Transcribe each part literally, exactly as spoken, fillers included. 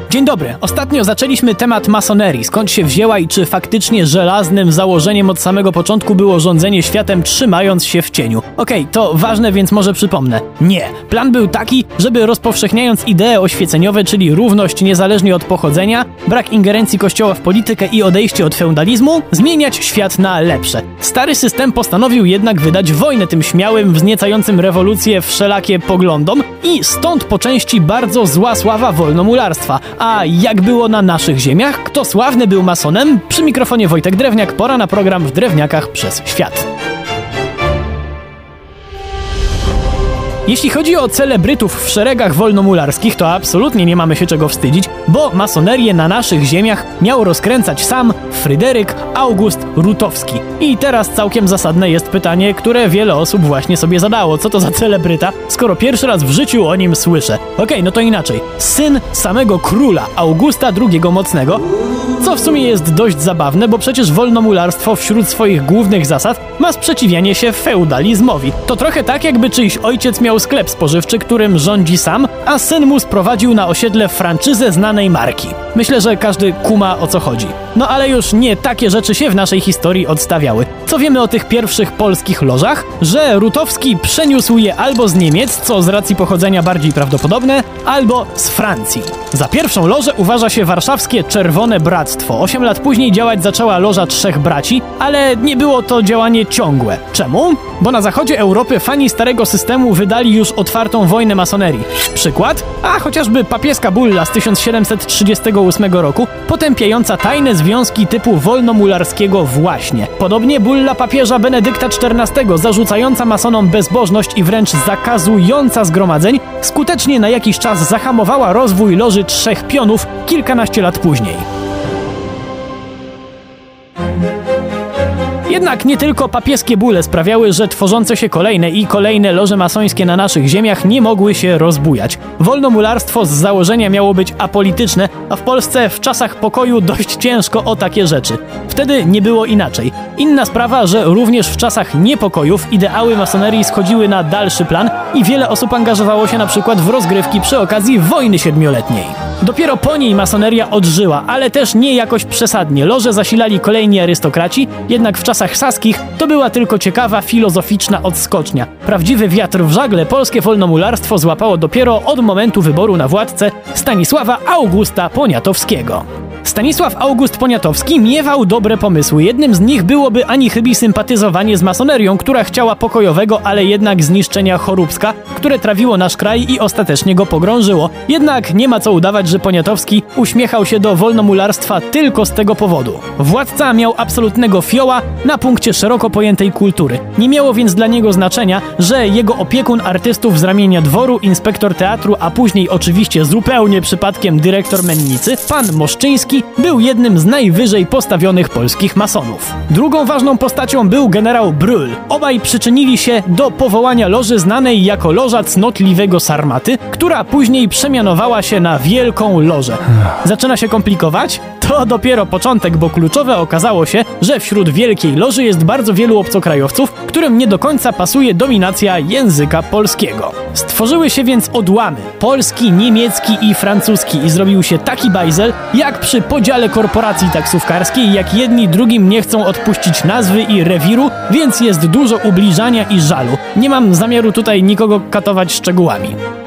Dzień dobry. Ostatnio zaczęliśmy temat masonerii. Skąd się wzięła i czy faktycznie żelaznym założeniem od samego początku było rządzenie światem, trzymając się w cieniu? Okej, okay, to ważne, więc może przypomnę. Nie. Plan był taki, żeby rozpowszechniając idee oświeceniowe, czyli równość niezależnie od pochodzenia, brak ingerencji Kościoła w politykę i odejście od feudalizmu, zmieniać świat na lepsze. Stary system postanowił jednak wydać wojnę tym śmiałym, wzniecającym rewolucję wszelakie poglądom i stąd po części bardzo zła sława wolnomularstwa. A jak było na naszych ziemiach? Kto sławny był masonem? Przy mikrofonie Wojtek Drewniak, pora na program W Drewniakach przez świat. Jeśli chodzi o celebrytów w szeregach wolnomularskich, to absolutnie nie mamy się czego wstydzić, bo masonerię na naszych ziemiach miał rozkręcać sam Fryderyk August Rutowski. I teraz całkiem zasadne jest pytanie, które wiele osób właśnie sobie zadało. Co to za celebryta, skoro pierwszy raz w życiu o nim słyszę? Okej, okay, no to inaczej. Syn samego króla Augusta drugiego Mocnego, co w sumie jest dość zabawne, bo przecież wolnomularstwo wśród swoich głównych zasad ma sprzeciwianie się feudalizmowi. To trochę tak, jakby czyjś ojciec miał sklep spożywczy, którym rządzi sam, a syn mu sprowadził na osiedle franczyzę znanej marki. Myślę, że każdy kuma, o co chodzi. No ale już nie takie rzeczy się w naszej historii odstawiały. Co wiemy o tych pierwszych polskich lożach? Że Rutowski przeniósł je albo z Niemiec, co z racji pochodzenia bardziej prawdopodobne, albo z Francji. Za pierwszą lożę uważa się warszawskie Czerwone Bractwo. Osiem lat później działać zaczęła Loża Trzech Braci, ale nie było to działanie ciągłe. Czemu? Bo na zachodzie Europy fani starego systemu wydali już otwartą wojnę masonerii. Przykład? A chociażby papieska bulla z tysiąc siedemset trzydziestego ósmego roku, potępiająca tajne związki typu wolnomularskiego właśnie. Podobnie bulla papieża Benedykta czternastego, zarzucająca masonom bezbożność i wręcz zakazująca zgromadzeń, skutecznie na jakiś czas zahamowała rozwój Loży Trzech Pionów kilkanaście lat później. Jednak nie tylko papieskie bóle sprawiały, że tworzące się kolejne i kolejne loże masońskie na naszych ziemiach nie mogły się rozbujać. Wolnomularstwo z założenia miało być apolityczne, a w Polsce w czasach pokoju dość ciężko o takie rzeczy. Wtedy nie było inaczej. Inna sprawa, że również w czasach niepokojów ideały masonerii schodziły na dalszy plan i wiele osób angażowało się na przykład w rozgrywki przy okazji wojny siedmioletniej. Dopiero po niej masoneria odżyła, ale też nie jakoś przesadnie. Loże zasilali kolejni arystokraci, jednak w czasach saskich to była tylko ciekawa, filozoficzna odskocznia. Prawdziwy wiatr w żagle polskie wolnomularstwo złapało dopiero od momentu wyboru na władcę Stanisława Augusta Poniatowskiego. Stanisław August Poniatowski miewał dobre pomysły. Jednym z nich byłoby ani chybi sympatyzowanie z masonerią, która chciała pokojowego, ale jednak zniszczenia choróbska, które trawiło nasz kraj i ostatecznie go pogrążyło. Jednak nie ma co udawać, że Poniatowski uśmiechał się do wolnomularstwa tylko z tego powodu. Władca miał absolutnego fioła na punkcie szeroko pojętej kultury. Nie miało więc dla niego znaczenia, że jego opiekun artystów z ramienia dworu, inspektor teatru, a później oczywiście zupełnie przypadkiem dyrektor mennicy, pan Moszczyński, był jednym z najwyżej postawionych polskich masonów. Drugą ważną postacią był generał Brühl. Obaj przyczynili się do powołania loży znanej jako Loża Cnotliwego Sarmaty, która później przemianowała się na Wielką Lożę. Zaczyna się komplikować? To dopiero początek, bo kluczowe okazało się, że wśród Wielkiej Loży jest bardzo wielu obcokrajowców, którym nie do końca pasuje dominacja języka polskiego. Stworzyły się więc odłamy polski, niemiecki i francuski i zrobił się taki bajzel, jak przy podziale korporacji taksówkarskiej, jak jedni drugim nie chcą odpuścić nazwy i rewiru, więc jest dużo ubliżania i żalu. Nie mam zamiaru tutaj nikogo katować szczegółami.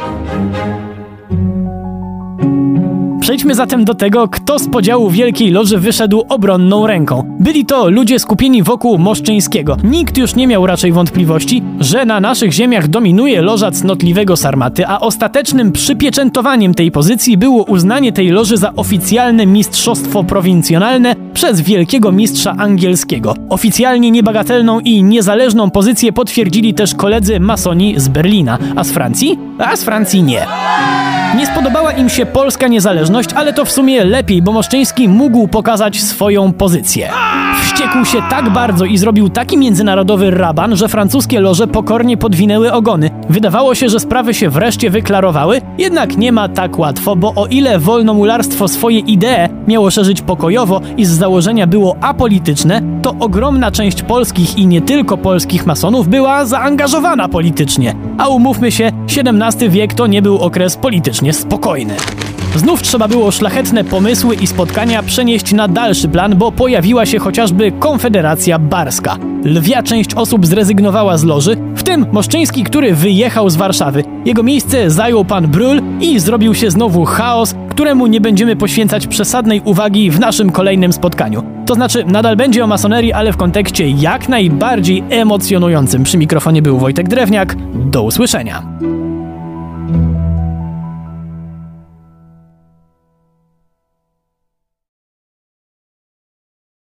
Przejdźmy zatem do tego, kto z podziału Wielkiej Loży wyszedł obronną ręką. Byli to ludzie skupieni wokół Moszczyńskiego. Nikt już nie miał raczej wątpliwości, że na naszych ziemiach dominuje Loża Cnotliwego Sarmaty, a ostatecznym przypieczętowaniem tej pozycji było uznanie tej loży za oficjalne mistrzostwo prowincjonalne przez wielkiego mistrza angielskiego. Oficjalnie niebagatelną i niezależną pozycję potwierdzili też koledzy masoni z Berlina. A z Francji? A z Francji nie. Nie spodobała im się polska niezależność, ale to w sumie lepiej, bo Moszczyński mógł pokazać swoją pozycję. Wściekł się tak bardzo i zrobił taki międzynarodowy raban, że francuskie loże pokornie podwinęły ogony. Wydawało się, że sprawy się wreszcie wyklarowały, jednak nie ma tak łatwo, bo o ile wolnomularstwo swoje idee miało szerzyć pokojowo i z założenia było apolityczne, to ogromna część polskich i nie tylko polskich masonów była zaangażowana politycznie. A umówmy się, siedemnasty wiek to nie był okres politycznie spokojny. Znów trzeba było szlachetne pomysły i spotkania przenieść na dalszy plan, bo pojawiła się chociażby Konfederacja Barska. Lwia część osób zrezygnowała z loży, w tym Moszczyński, który wyjechał z Warszawy. Jego miejsce zajął pan Brühl i zrobił się znowu chaos, któremu nie będziemy poświęcać przesadnej uwagi w naszym kolejnym spotkaniu. To znaczy, nadal będzie o masonerii, ale w kontekście jak najbardziej emocjonującym. Przy mikrofonie był Wojtek Drewniak. Do usłyszenia.